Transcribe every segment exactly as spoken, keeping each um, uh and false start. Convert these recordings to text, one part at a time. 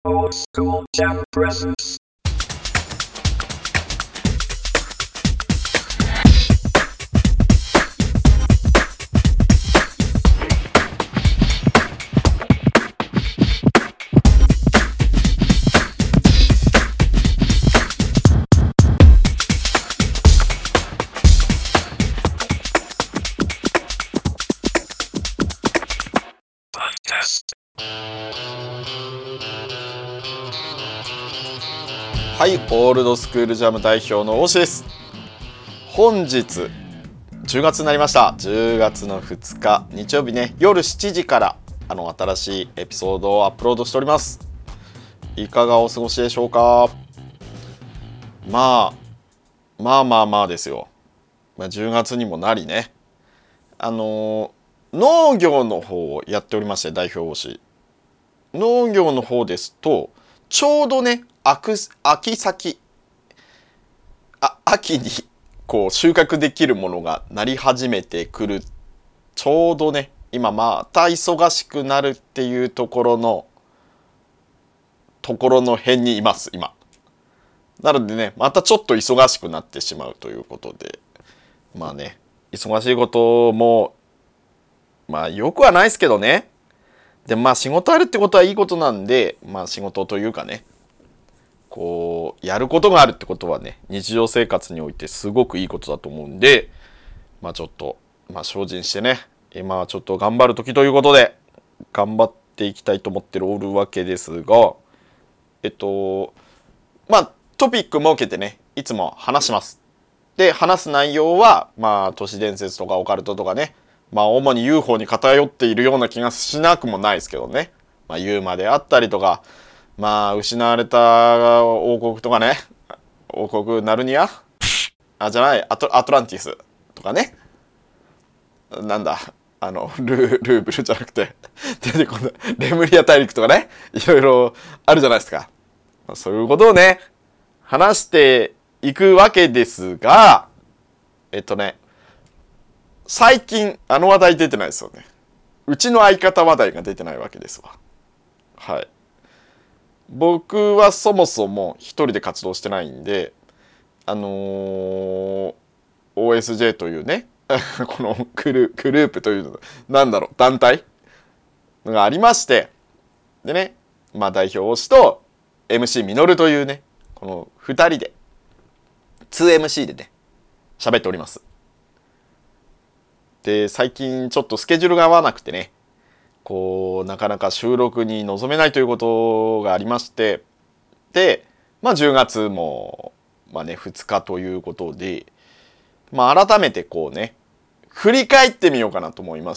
Old School Jam Presents. Podcast. はい、オールドスクールジャム代表の大志です。本日じゅうがつになりました。じゅうがつのふつか日曜日ね、夜しちじからあの新しいエピソードをアップロードしております。いかがお過ごしでしょうか。まあまあまあまあですよ、まあ、じゅうがつにもなりね、あのー、農業の方をやっておりまして、代表大志農業の方ですと、ちょうどね秋, 秋先あ秋にこう収穫できるものがなり始めてくる、ちょうどね今また忙しくなるっていうところのところの辺にいます今。なのでね、またちょっと忙しくなってしまうということで、まあね、忙しいこともまあよくはないですけどね。でまあ仕事あるってことはいいことなんで、まあ仕事というかね、こうやることがあるってことはね、日常生活においてすごくいいことだと思うんで、まあちょっとまあ精進してね、今はちょっと頑張る時ということで頑張っていきたいと思っておるわけですが、えっとまあトピック設けてね、いつも話します。で話す内容はまあ都市伝説とかオカルトとかね、まあ主に ユーフォー に偏っているような気がしなくもないですけどね、まあ、ユーマであったりとか、まあ失われた王国とかね、王国ナルニアあじゃないアト、アトランティスとかね、なんだあのルールーブルじゃなくて出てこないレムリア大陸とかね、いろいろあるじゃないですか。まあ、そういうことをね話していくわけですが、えっとね最近あの話題出てないですよね。うちの相方話題が出てないわけですわ。はい。僕はそもそも一人で活動してないんで、あのー、オーエスジェー というねこのグル、グループというのなんだろう団体がありまして、でね、まあ代表推しと エムシー ミノルというね、このふたりで ツーエムシー でね喋っております。で最近ちょっとスケジュールが合わなくてね、こうなかなか収録に臨めないということがありまして、でまあじゅうがつもまあねふつかということで、まあ改めてこうね振り返ってみようかなと思います。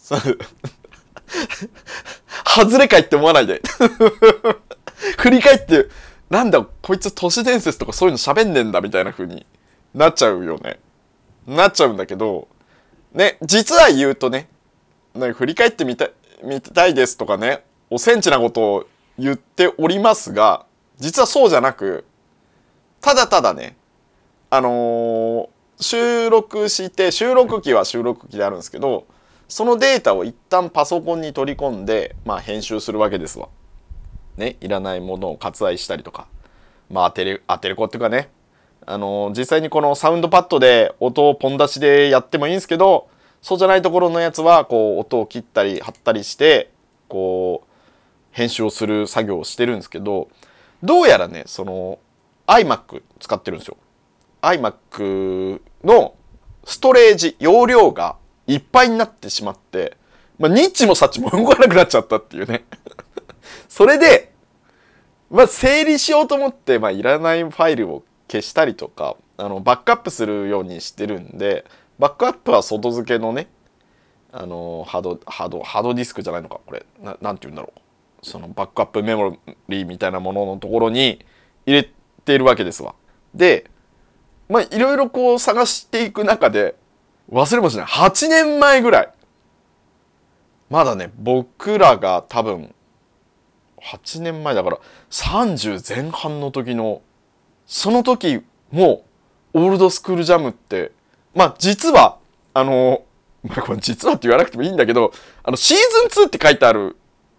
外れかいって思わないで振り返ってなんだこいつ都市伝説とかそういうの喋んねんだみたいな風になっちゃうよね。なっちゃうんだけどね、実は言うとね、なんか振り返ってみた見たいですとかね、おセンチなことを言っておりますが、実はそうじゃなく、ただただね、あのー、収録して収録機は収録機であるんですけど、そのデータを一旦パソコンに取り込んで、まあ編集するわけですわ。ね、いらないものを割愛したりとか、まあ当てれ当てれこっていうかね、あのー、実際にこのサウンドパッドで音をポン出しでやってもいいんですけど、そうじゃないところのやつはこう音を切ったり貼ったりしてこう編集をする作業をしてるんですけど、どうやらねその iMac 使ってるんですよ。 iMac のストレージ容量がいっぱいになってしまって、まあ、ニッチもサッチも動かなくなっちゃったっていうねそれでまあ整理しようと思って、まあ、いらないファイルを消したりとか、あのバックアップするようにしてるんで、バックアップは外付けのね、あのハードハードハードディスクじゃないのかこれ な, なんて言うんだろう、そのバックアップメモリーみたいなもののところに入れているわけですわ。でまあいろいろこう探していく中で忘れもしないはちねんまえぐらい、まだね僕らが多分はちねんまえだからさんじゅう前半の時の、その時もオールドスクールジャムってまあ実はあのまあこれ実はって言わなくてもいいんだけど、あのシーズンツーって書いてある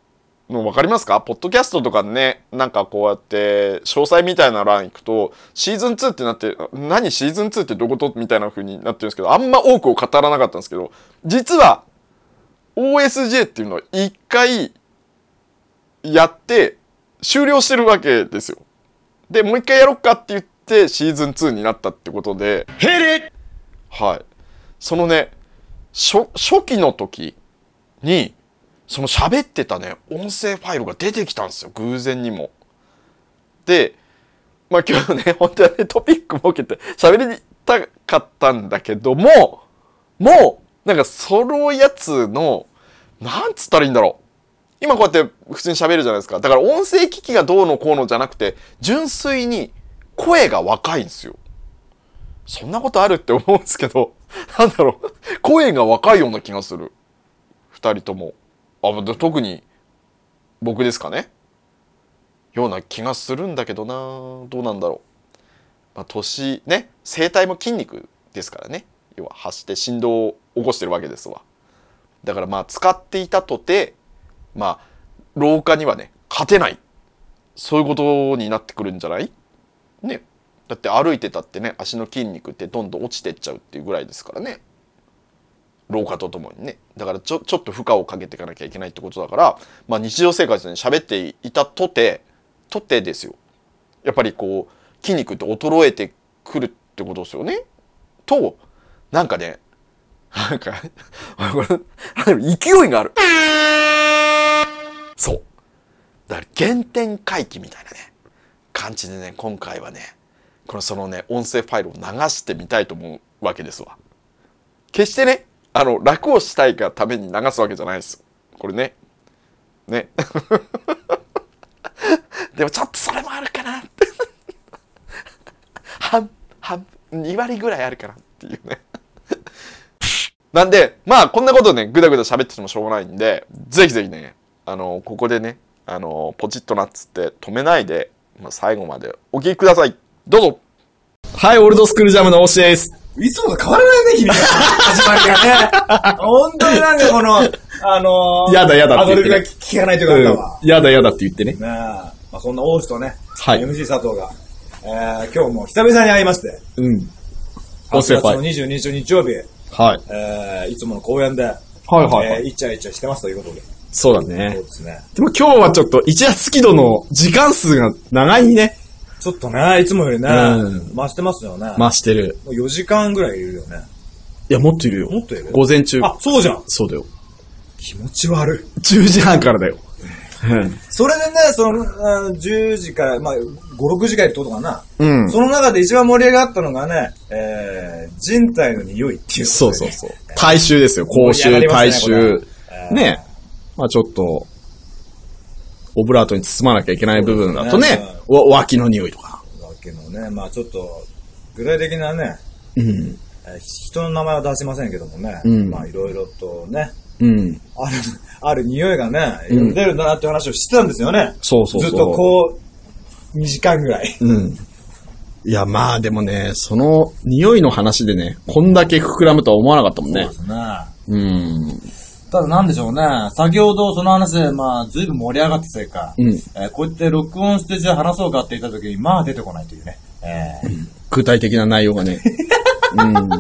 の分かりますか？ポッドキャストとかね、なんかこうやって詳細みたいな欄行くとシーズンツーってなって、何シーズンツーってどういうことみたいな風になってるんですけど、あんま多くを語らなかったんですけど、実は オーエスジェー っていうのを一回やって終了してるわけですよ。でもう一回やろっかって言ってシーズンツーになったってことで、はい、そのね初, 初期の時にその喋ってたね音声ファイルが出てきたんですよ、偶然にも。でまあ今日ね本当はねトピック設けて喋りたかったんだけども、もうなんかそのやつのなんつったらいいんだろう、今こうやって普通に喋るじゃないですか。だから音声機器がどうのこうのじゃなくて純粋に声が若いんですよ。そんなことあるって思うんですけど、なんだろう、声が若いような気がする。二人とも。あ、特に僕ですかね。ような気がするんだけどな、どうなんだろう。まあ、年ね、声帯も筋肉ですからね。要は発して振動を起こしてるわけですわ。だからまあ使っていたとて、まあ老化にはね勝てない、そういうことになってくるんじゃないね。だって歩いてたってね足の筋肉ってどんどん落ちてっちゃうっていうぐらいですからね、老化とともにね。だからちょちょっと負荷をかけていかなきゃいけないってことだから、まあ日常生活で、ね、喋っていたとてとてですよ、やっぱりこう筋肉って衰えてくるってことですよね。となんかね、なんか勢いがある。そう。だから原点回帰みたいなね感じでね、今回はねこのそのね音声ファイルを流してみたいと思うわけですわ。決してねあの楽をしたいがために流すわけじゃないです。これねねでもちょっとそれもあるかなって半半に割ぐらいあるかなっていうねなんでまあこんなことねぐだぐだ喋っててもしょうがないんで、ぜひぜひねあのここでねあのポチッとなっつって止めないで、まあ、最後までお聞きください。どうぞ。 はい、オールドスクールジャムの推しです。 いつもと変わらないね、君。始まりがね。本当になんかこの、あのー、 やだやだって言って、ね。 アドリブが聞かないというかあったわ。 うん、やだやだって言ってね。 ねえ。まあそんな王子とね、 はい。 エムシー 佐藤が、えー、今日も久々に会いまして。 うん。 はちがつのにじゅうににち日曜日。 はい。 えー、いつもの公園で、はいはい、はい。 えー、イチャイチャしてますということで。 そうだね。 そうですね。 でも今日はちょっと一夜スキドの時間数が長いね。 ちょっとね、いつもよりね、うん、増してますよね。 増してる。 もうよじかんぐらいいるよね。 いや、もっといるよ。 もっといる？ 午前中。 あ、そうじゃん。 そうだよ。 気持ち悪い。 じゅうじはんからだよ。 それでね、その、じゅうじから、まあ、ご、ろくじかいってことかな。 うん。 その中で一番盛り上がったのがね、えー、人体の匂いっていう、ね。 そうそうそう。体臭ですよ。口臭、体臭。ね。まあちょっと、オブラートに包まなきゃいけない部分だとね、ねわ脇の匂いとか。 脇のね、まあちょっと、具体的なね、 うん、 えー、人の名前は出しませんけどもね、うん、まあいろいろとね、 うん、 ある、ある匂いがね、出るんだなって話をしてたんですよね。 そうそうそう。 ずっとこう、にじかんぐらい。 うん。いや、まあでもね、その匂いの話でね、こんだけ膨らむとは思わなかったもんね。 そうですね。 うん。 ただなんでしょうね。先ほどその話で、まあ、ずいぶん盛り上がってせいか、 うんえー、こうやって録音してじゃあ話そうかって言った時に、まあ出てこないというね。えーうん、具体的な内容がね。うん、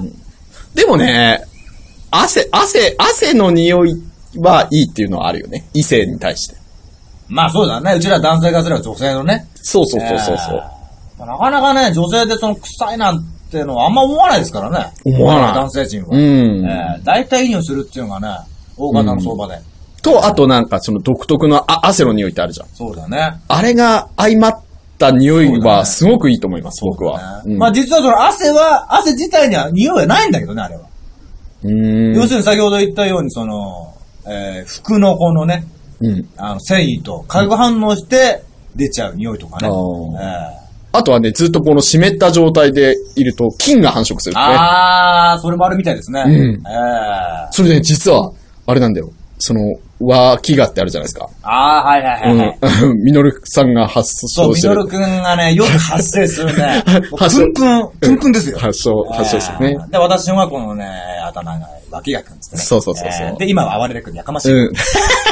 でもね、汗、汗、汗の匂いはいいっていうのはあるよね。異性に対して。 まあそうだね。うちら男性がすれば女性のね。 そうそうそうそうそう、 えー。なかなかね、女性でその臭いなんてのはあんま思わないですからね。 思わない。 男性陣は。 うん。 えー、大体いい匂いするっていうのがね、大方の相場で、うん。 と、あとなんかその独特のあ汗の匂いってあるじゃん。 そうだね。 あれが相まった匂いはすごくいいと思います、ね、僕は、 ねうん。まあ実はその汗は、汗自体には匂いはないんだけどね、あれは。 うーん。 要するに先ほど言ったように、その、えー、服のこのね、 うん、 あの繊維と化学反応して出ちゃう匂いとかね。 うんえー、 あとはね、ずっとこの湿った状態でいると菌が繁殖するね。 あー、それもあるみたいですね。 うん。 えー、 それね、実は、あれなんだよ。その、脇がってあるじゃないですか。 あー、はいはいはい、はい。 うん。ミノルさんが発症してる。 そう、ミノルくんがね、よく発生するね。発症。プンプン、プンプンですよ。 発症、発症するね。 で、私はこのね、頭が脇がくんですね。 そうそうそうそう、 えー。で、今は暴れてくんやかましい。 うん。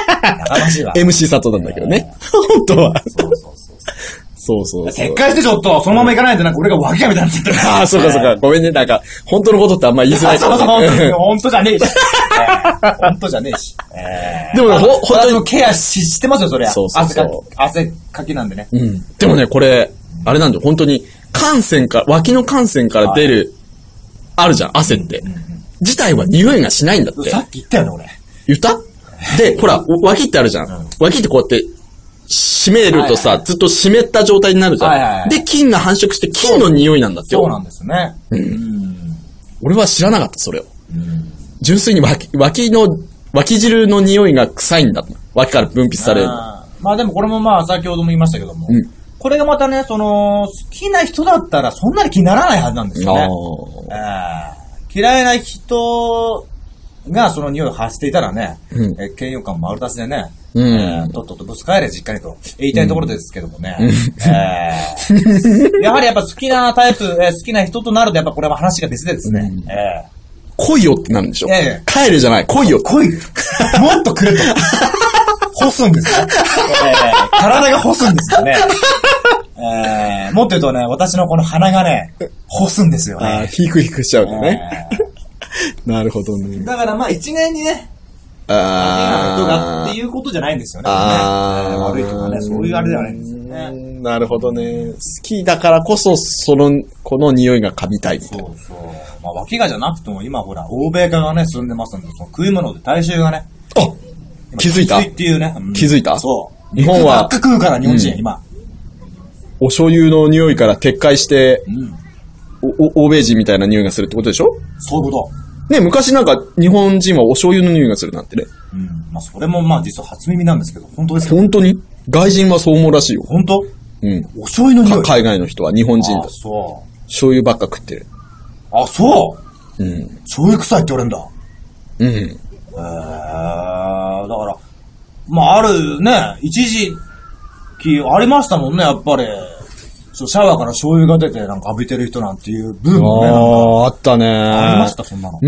やかましいわ。 エムシー 佐藤なんだけどね。本当は。 そうそうそう。 そうそうそう。 撤回してちょっと、そのまま行かないとなんか俺が脇がみたいになってる。 ああ、そうかそうか。ごめんね。なんか、本当のことってあんま言いづらいかそうそう、 らね。 本当に本当じゃねえし。本当じゃねえし。 でもね、ほ、本当に。 ケアし、してますよ、そりゃ。 そうそうそう。 汗かき、汗かきなんでね。 うん。でもね、これ、あれなんだよ。本当に、汗腺から、脇の汗腺から出る、あるじゃん、汗って。自体は匂いがしないんだって。 さっき言ったよね、俺。 言ったで、ほら、脇ってあるじゃん。脇ってこうやって、締めるとさ、はいはい、ずっと湿った状態になるじゃん、はいはいはい。で、菌が繁殖して菌の匂いなんだってよ。 そうなんですね。 うん。うん、俺は知らなかった、それを。うん、純粋に脇、脇の、脇汁の匂いが臭いんだ。脇から分泌される。 あまあでもこれもまあ先ほども言いましたけども。うん、これがまたね、その、好きな人だったらそんなに気にならないはずなんですよね。えー、嫌いな人がその匂いを発していたらね、うん、え嫌悪感丸出しでね、うんえー、とっととぶつかれ実家にと言いたいところですけどもね。うんえー、やはりやっぱ好きなタイプ、えー、好きな人となるとやっぱこれは話が別でですね。うんえー、来いよってなるんでしょ、えー、帰るじゃない、来いよ。 来いよ。もっとくれと。干すんですよ、えー。体が干すんですよね。えー、もっと言うとね、私のこの鼻がね、干すんですよね。 ああ、ヒクヒクしちゃうとね。えー、なるほどね。 だからまあ一年にね、ああ。がっていうことじゃないんですよね。ああ。悪いとかね、そういうあれではないんですよね。 なるほどね。好きだからこそ、その、この匂いが噛みたいみたいな。 そうそう。まあ、脇がじゃなくても今ほら、欧米化がね、進んでますんで、その食い物で体臭がね。 あ気づいた気づいっていうね。 うん、気づいたそう。 日本は。 ばっか食うから、日本人、うん、今。 お醤油の匂いから撤回して、うん、お、お、欧米人みたいな匂いがするってことでしょ？ そういうこと。 ね、昔なんか日本人はお醤油の匂いがするなんてね。 うん。まあそれもまあ実は初耳なんですけど、本当ですか？ 本当に？外人はそう思うらしいよ。 本当？ うん。 お醤油の匂い？ 海外の人は日本人だ。 あ、そう。 醤油ばっか食ってる。 あ、そう。 うん。 醤油臭いって言われるんだ。 うん。 へえー、だから、まああるね、一時期ありましたもんね、やっぱり。そうシャワーから醤油が出てなんか浴びてる人なんていうブームもね。 ああ、あったね。 ありました、そんなの。 うん。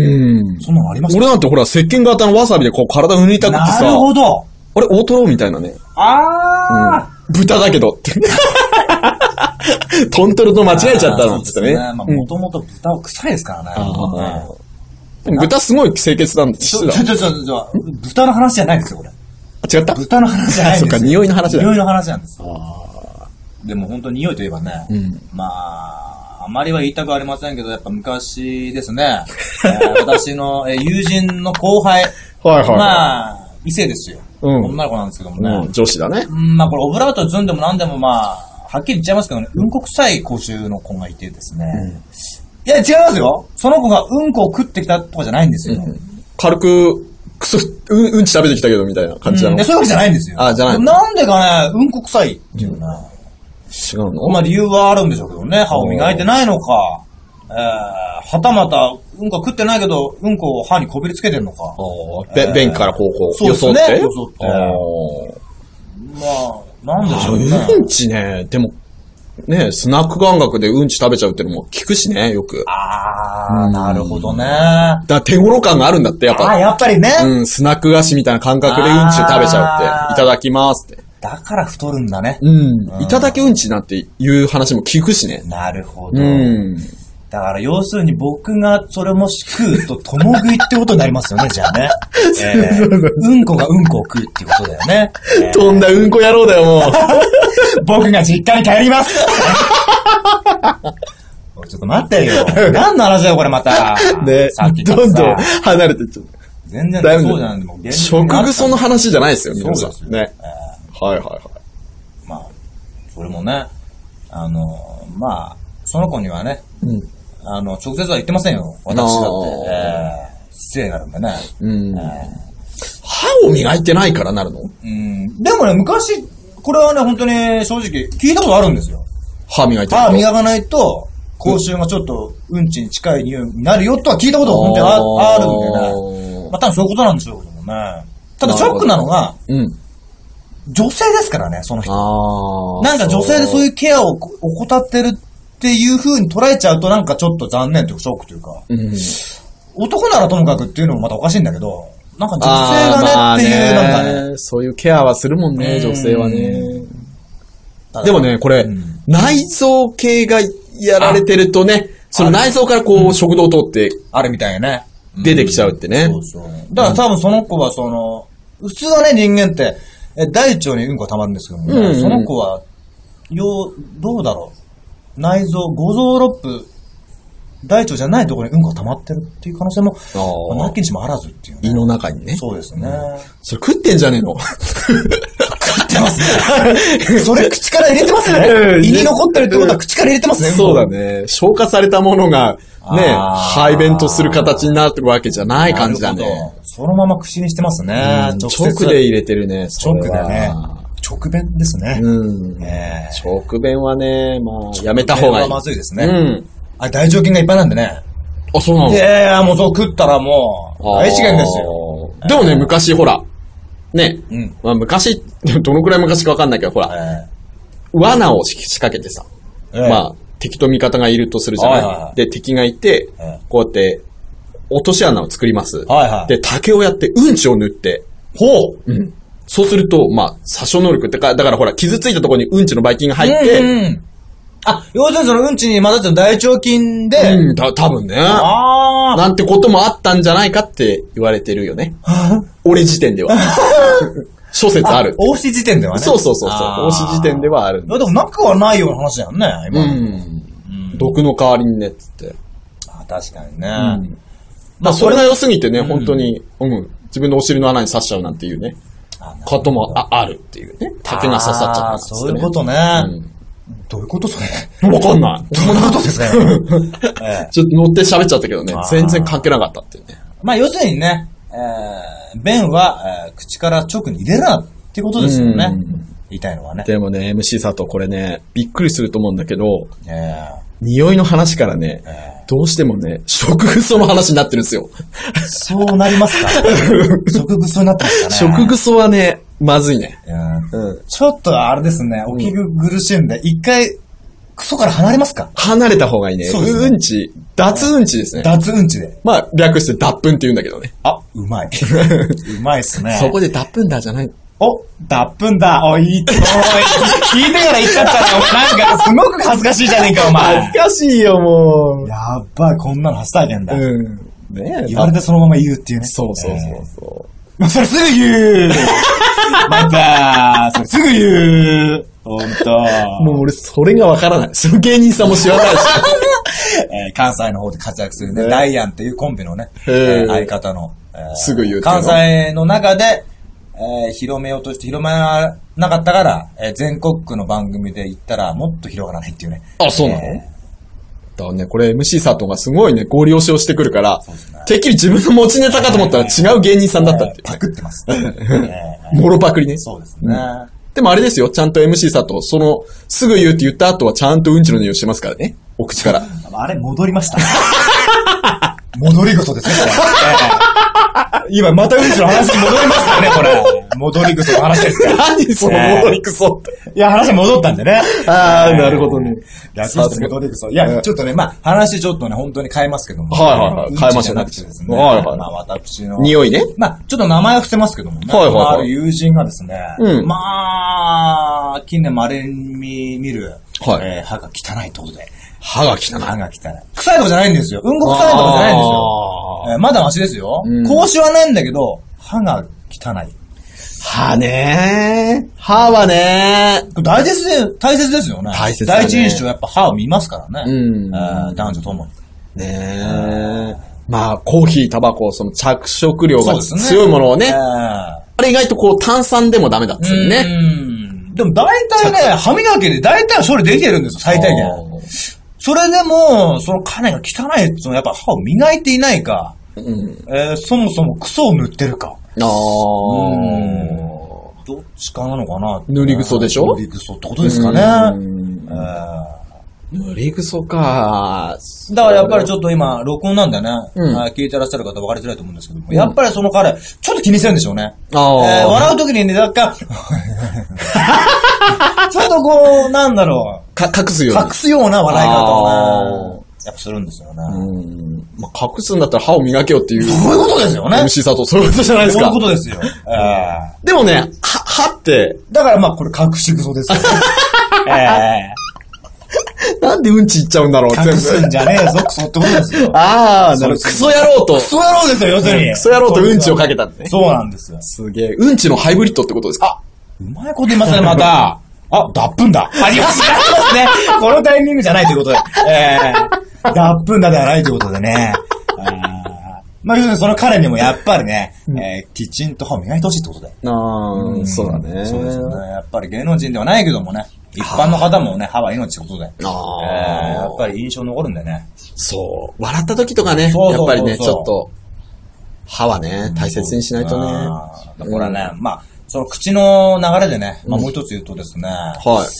そんなのありました。 俺なんてほら、石鹸型のわさびでこう体を塗りたくってさ。 なるほど。 あれ、大トロみたいなね。 ああ、 うん、豚だけどって。トントロと間違えちゃったなんつってね。 まあ、もともと豚は臭いですからね。 あでも豚すごい清潔なんですよ。 ちょちょちょちょ、豚の話じゃないんですよ、これ。 あ、違った豚の話じゃないんですよ。 そっか、匂いの話だ。 匂いの話なんですよ。でも本当に匂いといえばね、うん、まあ、あまりは言いたくありませんけど、やっぱ昔ですね、えー、私の、えー、友人の後輩、 はいはい、はい、 まあ、異性ですよ、うん。女の子なんですけどもね。 うん、女子だね。 うん、まあこれオブラートに積んでも何でもまあ、はっきり言っちゃいますけどね、うんこ臭い口臭の子がいてですね、うん、いや違いますよ。その子がうんこを食ってきたとかじゃないんですよ。うん、 軽く、くそ、うん、うんち食べてきたけどみたいな感じなの、 うん、そういうわけじゃないんですよ。 あ、じゃない。 なんでかね、うんこ臭いっていうね。うん違うの？ まあ理由はあるんでしょうけどね。歯を磨いてないのか、えー、はたまた、うんこ食ってないけど、うんこを歯にこびりつけてんのか。 えー、便からこうこう、 よそって。 よそって。 まあ、なんでしょうね。 うんちね、でも、ね、スナック感覚でうんち食べちゃうってのも聞くしね、よく。 あー、なるほどね。 だから手頃感があるんだって、やっぱ。 あー、やっぱりね。 うん、スナック菓子みたいな感覚でうんちを食べちゃうって。いただきますって。 だから太るんだね。 うん。うん、いただきうんちなんていう話も聞くしね。 なるほど。うん。だから要するに僕がそれもし食うと共食いってことになりますよね、じゃあね。えー、うんこがうんこを食うっていうことだよね。 えー、とんだうんこ野郎だよ、もう。 僕が実家に帰ります。ちょっと待ってよ。何の話だよ、これまた。 ね、さっきどんどん離れてっちゃう。 全然そうじゃない。 食草の話じゃないですよ、皆さん。そうですよね。えー、はいはいはい。 まあ、それもね、あの、まあ、その子にはね、うん、あの、直接は言ってませんよ。私だって。えー、失礼があるんでね。うんえー、歯を磨いてないからなるの？ うん。でもね、昔、これはね、本当に正直聞いたことあるんですよ。 歯磨いてない。 歯磨かないと、口臭がちょっとうんちに近い匂いになるよとは聞いたことが本当に あ, あるんでね。まあ多分そういうことなんでしょうけどもね。ただショックなのが、うん、女性ですからね、その人。なんか女性でそういうケアを怠ってるっていう風に捉えちゃうとなんかちょっと残念というかショックというか、うん、男ならともかくっていうのもまたおかしいんだけど、 なんか女性がねっていう、なんかね。 そういうケアはするもんね、女性はね。でもね、これ、うん、内臓系がやられてるとね、その内臓からこう、うん、食道を通って、 あれみたいなね。 出てきちゃうってね。 そうそう。だから多分その子はその、普通はね、人間って、え大腸にうんこが溜まるんですけども、ね、うんうん、その子は、よう、どうだろう。内臓、五臓六腑、大腸じゃないところにうんこが溜まってるっていう可能性も、まあ、なきにしもあらずっていう、ね。 胃の中にね。 そうですね。 それ食ってんじゃねえの食ってますね。それ口から入れてますね。胃に残ってるってことは口から入れてますね。 そうだね。消化されたものが、ね、排便とする形になってるわけじゃない感じだね。 そのまま口にしてますね。 直接で入れてるね。 直でね。直便ですね。 うん。ね、直便はね、まあ、やめた方がいい。 直便はまずいですね。うん。あ、大腸菌がいっぱいなんでね。 あ、そうなの？ いやいや、もうそう食ったらもう、大資源ですよ。 でもね、昔ほら、ね、うん、まあ昔、どのくらい昔かわかんないけど、ほら、えー、罠を仕掛けてさ、えー、まあ、敵と味方がいるとするじゃない、はいはいはい、で、敵がいて、えー、こうやって、落とし穴を作ります。はいはい、で、竹をやってうんちを塗って、ほう、うん、そうすると、まあ、殺傷能力ってか、だからほら、傷ついたところにうんちのばい菌が入って、うんうん、 あ、要するにそのうんちに混ざってる大腸菌で、 うん、た、多分ね。ああ。なんてこともあったんじゃないかって言われてるよね。俺時点では。諸説ある。 大志時点ではね。 そうそうそうそう。大志時点ではある。 いやでもなくはないような話だよね、今。 うん。うん、毒の代わりにね、つって。 あ、確かにね。 うん、まあ、それが良すぎてね、うん、本当に、うん、自分のお尻の穴に刺しちゃうなんていうね、ことも あ, あるっていうね。竹が刺さっちゃった、ね。 そういうことね。うんどういうことそれわかんない。 どんなことですかええ、ちょっと乗って喋っちゃったけどね、全然関係なかったっていうね。 まあ要するにね、えー、便は、えー、口から直に入れるなっていうことですよね。言いたいのはね。 でもね、エムシー 佐藤これね、びっくりすると思うんだけど、えー、匂いの話からね、えー、どうしてもね、食臭の話になってるんですよ。 そうなりますか食臭になってますかね。 食臭はね、まずいね。 うん、ちょっとあれですね、お聞き苦しいんで、一回、クソから離れますか？ 離れた方がいいね。そうですね。うんち、脱うんちですね。 脱うんちで。 まあ、略して脱糞って言うんだけどね。 あ、うまい。うまいっすね。 そこで脱糞だじゃない。 お、脱糞だ。お、いいって、おい、聞いてから言っちゃったら、なんか、すごく恥ずかしいじゃねえか、お前。 恥ずかしいよ、もう。 やっばい、こんなの初体験だ。うん。 ねえ。 言われてそのまま言うっていうね。 そうそうそうそう。 まあ、それすぐ言うまたそれすぐ言うほんともう俺、それがわからない。その芸人さんも知らないし。 えー、関西の方で活躍するね、ダイアンっていうコンビのね、えー、相方の、 えー、すぐ言う関西の中で、えー、広めようとして広めなかったから、えー、全国区の番組で言ったらもっと広がらないっていうね。 あ、そうなの、えーだからね、これ エムシー 佐藤がすごいね、ゴリ押しをしてくるから、ね、てっきり自分の持ちネタかと思ったら違う芸人さんだったっていう、ね。 パクってます。 もろパクリね。 そうですね、うん。 でもあれですよ、ちゃんと エムシー 佐藤、その、すぐ言うって言った後はちゃんとうんちの匂いしてますからね。お口から。 あれ、戻りました。戻り嘘ですね、これ。今、またうんちの話に戻りましたね、これ。戻り癖の話ですから。 何その戻り癖って。 いや、話戻ったんでね。 ああ、なるほどね。 略して戻り癖。いや、ちょっとね、まあ、話ちょっとね、本当に変えますけども。 はいはいはい。変えましたね。 はいはい。まあ、私の。 匂いね。 まあ、ちょっと名前は伏せますけどもね。はいはいはい。ある友人がですね。うん。まあ、近年稀に見る。はい。えー、歯が汚いところで。 歯が汚い。 歯が汚い。臭いとこじゃないんですよ。うんこ臭いとこじゃないんですよ。えー、まだマシですよ。口臭はないんだけど、歯が汚い。 歯ねー。歯はねー。大切で、大切ですよね。 大切だね。 第一印象やっぱ歯を見ますからね。うん。えー、男女ともに。 ねー。まあ、コーヒー、タバコ、その着色料が強いものをね。ねあれ意外とこう炭酸でもダメだっつうね。うん。 でも大体ね、歯磨きで大体は処理できてるんですよ、最低限。それでも、その金が汚いっていうのはやっぱ歯を磨いていないか。うんえー、そもそもクソを塗ってるか。ああ。どっちかなのかな。 塗りぐそでしょ？ 塗りぐそってことですかね。えー、塗りぐそか。 だからやっぱりちょっと今、録音なんだよね。うん、聞いてらっしゃる方分かりづらいと思うんですけども、うん、やっぱりその彼、ちょっと気にしてるんでしょうね。あえー、笑うときにね、若干、ちょっとこう、なんだろう。 か、隠すような。 隠すような笑い方をね。 やっぱするんですよね。 うん。まあ、隠すんだったら歯を磨けよっていう。 そういうことですよね。 エムシー 佐藤、そういうことじゃないですか。 そういうことですよ。えー、 でもね、歯、歯って。 だからまあこれ隠し嘘ですよね。えーなんでうんち言っちゃうんだろう、 隠すんじゃねえぞ、クソってことですよ。 ああ、なるほど。クソ野郎と。 クソ野郎ですよ、要するに。 クソ野郎とうんちをかけたんですね。 そうなんですよ。 すげえ。うんちのハイブリッドってことですか？ あ、うまいこと言いますね、また。あ、脱粉だ。あ、違いますね。このタイミングじゃないということで。えー、脱粉だではないということでね。まあ、要するにその彼にもやっぱりね、えー、きちんと歯を磨いてほしいってことで。 ああ、うん、そうだね。 そうですよね。やっぱり芸能人ではないけどもね。一般の方もね、歯は命ってことで。あえー、やっぱり印象残るんだよね。 そう。笑った時とかね、そうそうそうそうやっぱりね、ちょっと、歯はね、大切にしないとね。 これはね、うん、まあ、その口の流れでね、まあもう一つ言うとですね。うん、はい。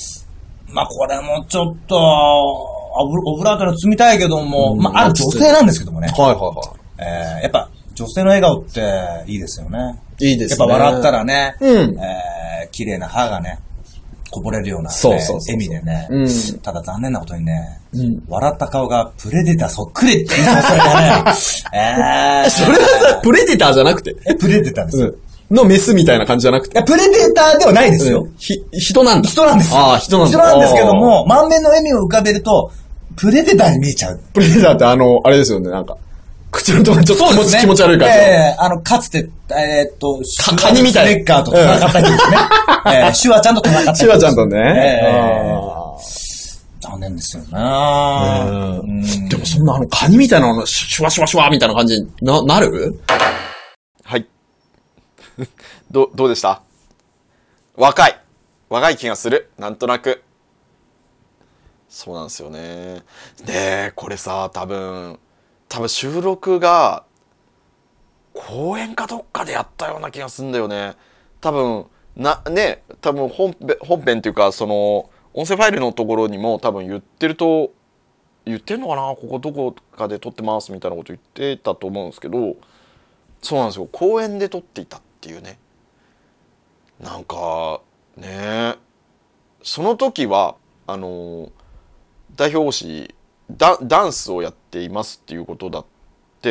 まあこれもちょっと、オブラートに包みたいけども、うん、まあある女性なんですけどもね。はいはいはい。えー、やっぱ女性の笑顔っていいですよね。いいですね。やっぱ笑ったらね、うん、えー、綺麗な歯がね、こぼれるような、ね、そうそうそうそう笑みでね、うん、ただ残念なことにね、うん、笑った顔がプレデターそっくりって言いましたね。えー、それはさ、 プレデターじゃなくてえ、プレデターですよ。 うん、のメスみたいな感じじゃなくて。 いや、プレデターではないですよ。うん、 ひ、人なんだ。 人なんですよ。 ああ、人なんだ。 人なんですけども、満面の笑みを浮かべると、プレデターに見えちゃう。 プレデターってあの、あれですよね、なんか。口のところちょっと気持ち、ね、気持ち悪い感じ。 ええー、あの、かつて、えー、っと、 か、カニみたいな。 スネッカーと戦った人ですね。えー、シュワちゃんと戦った人。 シュワちゃんとね。 えー、残念ですよね。 うん。でもそんな、あの、カニみたいなの、シュワシュワシュワみたいな感じにな、なる？ はい。ど、どうでした？若い。若い気がする。なんとなく。そうなんですよね。で、これさ、多分、多分収録が公演かどっかでやったような気がするんだよね。多分なね多分本編本編っていうかその音声ファイルのところにも多分言ってると言ってんのかな、ここどこかで撮ってますみたいなこと言ってたと思うんですけど、そうなんですよ、公演で撮っていたっていうね。なんかね、その時はあの代表推しダ, ダンスをやっていますっていうことだって、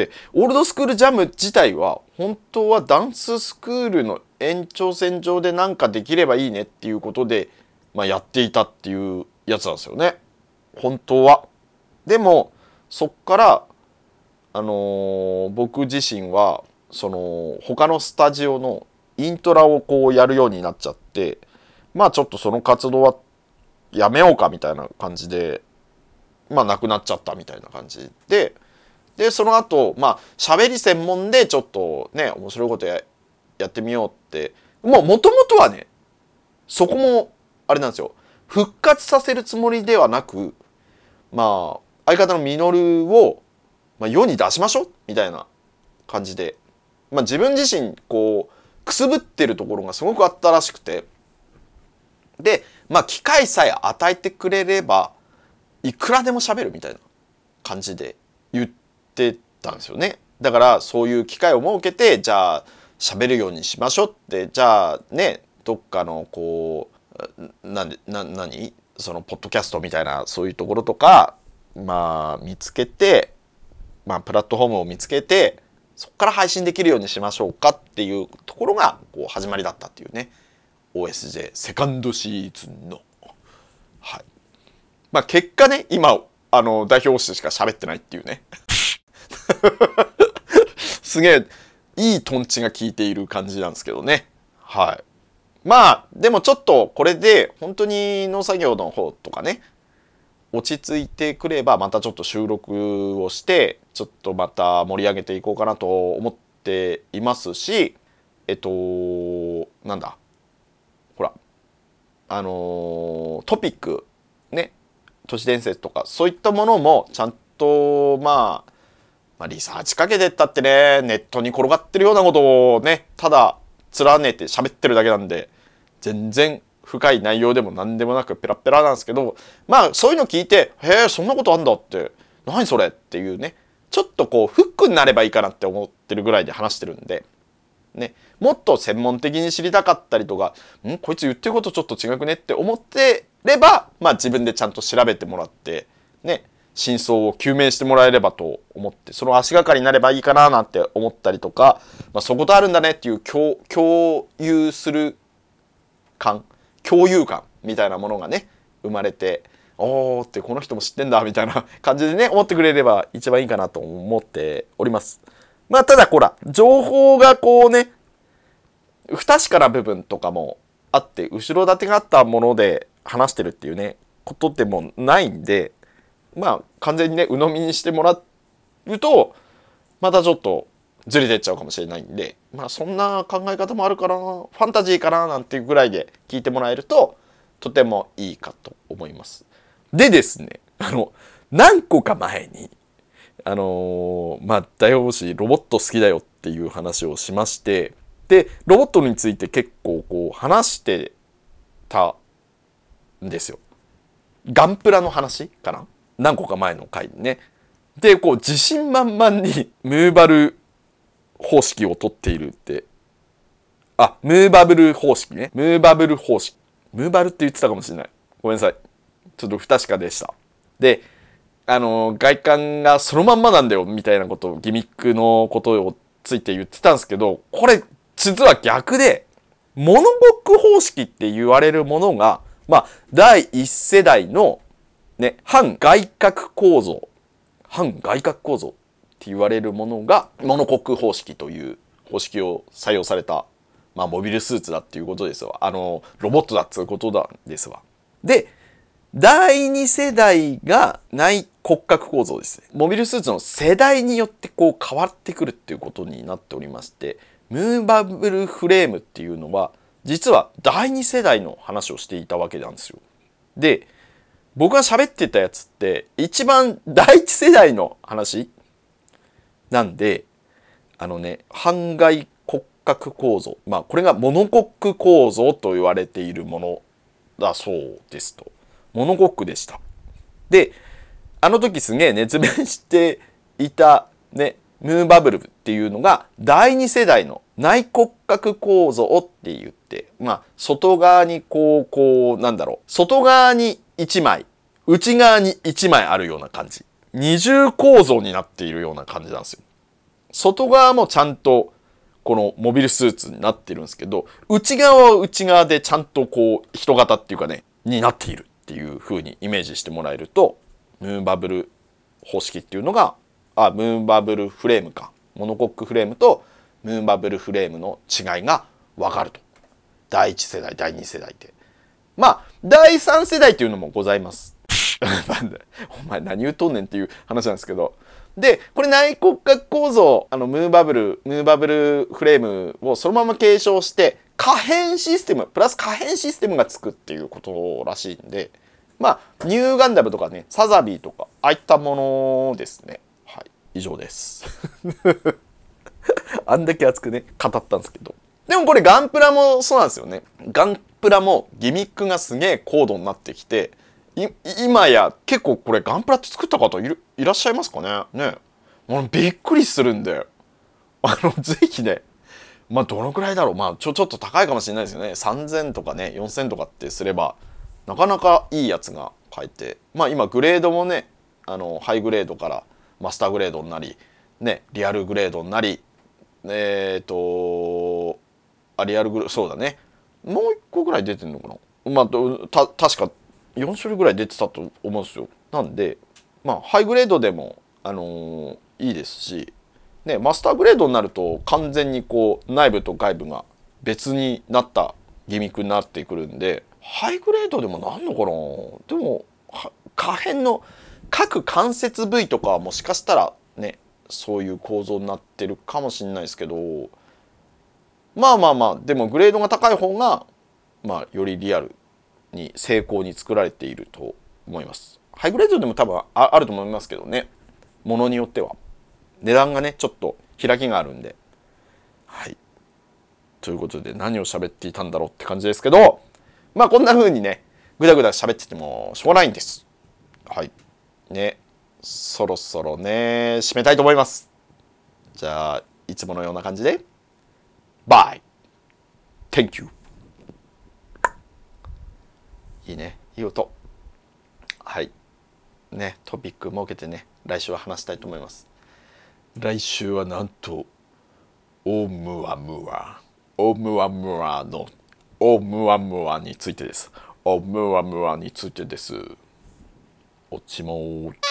オールドスクールジャム自体は本当はダンススクールの延長線上でなんかできればいいねっていうことで、まあ、やっていたっていうやつなんですよね本当は。でもそっからあのー、僕自身はその他のスタジオのイントラをこうやるようになっちゃって、まあちょっとその活動はやめようかみたいな感じで、まあなくなっちゃったみたいな感じで、でその後まあ喋り専門でちょっとね面白いこと や, やってみようって、もう元々はねそこもあれなんですよ、復活させるつもりではなく、まあ相方のミノルを、まあ、世に出しましょうみたいな感じで、まあ自分自身こうくすぶってるところがすごくあったらしくて、でまあ機会さえ与えてくれればいくらでも喋るみたいな感じで言ってたんですよね。だからそういう機会を設けて、じゃあ喋るようにしましょうって、じゃあねどっかのこうなんでな何そのポッドキャストみたいなそういうところとかまあ見つけて、まあプラットフォームを見つけてそこから配信できるようにしましょうかっていうところがこう始まりだったっていうね、 オーエスジェー セカンドシーズンの、はい、まあ結果ね今あの代表してしか喋ってないっていうねすげえいいトンチが効いている感じなんですけどね。はい。まあでもちょっとこれで本当に農作業の方とかね落ち着いてくれば、またちょっと収録をしてちょっとまた盛り上げていこうかなと思っていますし、えっとなんだほらあのトピックね、都市伝説とかそういったものもちゃんとまあまあ、リサーチかけてったってね、ネットに転がってるようなことをねただ連ねて喋ってるだけなんで、全然深い内容でも何でもなくペラペラなんですけど、まあそういうの聞いて、へえそんなことあんだって、何それっていうね、ちょっとこうフックになればいいかなって思ってるぐらいで話してるんでね、もっと専門的に知りたかったりとか、んこいつ言ってることちょっと違くねって思ってれば、まあ自分でちゃんと調べてもらってね、 真相を究明してもらえればと思って、その足がかりになればいいかななんて思ったりとか、まあ、そういうことあるんだねっていう 共, 共有する感、共有感みたいなものがね生まれて、おーってこの人も知ってんだみたいな感じでね思ってくれれば一番いいかなと思っております。まあただほら情報がこうね不確かな部分とかもあって後ろ盾があったもので話してるっていうねことでもないんで、まあ完全にね鵜呑みにしてもらうとまたちょっとずれてっちゃうかもしれないんで、まあそんな考え方もあるかな、ファンタジーかななんていうぐらいで聞いてもらえるととてもいいかと思います。でですね、あの何個か前にあのー、まあ大法師ロボット好きだよっていう話をしまして、でロボットについて結構こう話してたんですよ。ガンプラの話かな、何個か前の回にね。でこう自信満々にムーバル方式を取っているって、あムーバブル方式ね、ムーバブル方式、ムーバルって言ってたかもしれない、ごめんなさい、ちょっと不確かでした。であの外観がそのまんまなんだよみたいなことをギミックのことをついて言ってたんですけど、これ実は逆でモノコック方式って言われるものがまあ第一世代のね半外角構造半外角構造って言われるものがモノコック方式という方式を採用された、まあ、モビルスーツだっていうことですわ。あのロボットだっていうことなんですわ。で第二世代が内骨格構造ですね。モビルスーツの世代によってこう変わってくるっていうことになっておりまして、ムーバブルフレームっていうのは実は第二世代の話をしていたわけなんですよ。で僕が喋ってたやつって一番第一世代の話なんで、あのね半外骨格構造、まあこれがモノコック構造と言われているものだそうですと。モノコックでした。であの時すげえ熱弁していたねムーバブルっていうのが第二世代の内骨格構造って言って、まあ外側にこうこうなんだろう、外側にいちまい内側にいちまいあるような感じ、二重構造になっているような感じなんですよ。外側もちゃんとこのモビルスーツになってるんですけど、内側は内側でちゃんとこう人型っていうかねになっているっていう風にイメージしてもらえると、ムーバブル方式っていうのがあムーバブルフレームかモノコックフレームとムーバブルフレームの違いが分かると。第一世代第二世代ってまあ第三世代っていうのもございますお前何言うとんねんっていう話なんですけど、でこれ内骨格構造、あのムーバブルムーバブルフレームをそのまま継承して可変システムプラス可変システムがつくっていうことらしいんで、まあニューガンダムとかねサザビーとかああいったものですね。はい、以上ですあんだけ熱くね語ったんですけど、でもこれガンプラもそうなんですよね。ガンプラもギミックがすげえ高度になってきて、い今や結構これガンプラって作った方いるいらっしゃいますかね。ね、もうびっくりするんで、あのぜひね、まあどのくらいだろう、まあちょちょっと高いかもしれないですよね。さんぜんとかねよんせんとかってすればなかなかいいやつが買えて、まあ今グレードもね、あのハイグレードからマスターグレードになりね、リアルグレードになり、えっ、ー、とあリアルグレードそうだね、もう一個ぐらい出てるのかな、まあた確かよん種類ぐらい出てたと思うんですよ。なんでまあハイグレードでもあのー、いいですしね、マスターグレードになると完全にこう内部と外部が別になったギミックになってくるんで、ハイグレードでもなんのかな、でも可変の各関節部位とかはもしかしたらねそういう構造になってるかもしれないですけど、まあまあまあでもグレードが高い方がまあよりリアルに精巧に作られていると思います。ハイグレードでも多分 あ, あると思いますけどね、ものによっては値段がねちょっと開きがあるんで、はいということで何を喋っていたんだろうって感じですけど、まあこんな風にねぐだぐだ喋っててもしょうがないんです。はいね、そろそろね締めたいと思います。じゃあいつものような感じでバイ Thank you。 いいね、いい音。はいねトピック設けてね来週は話したいと思います。来週はなんとオムワムワオムワムワのオムワムワについてです。オムワムワについてです。おちもー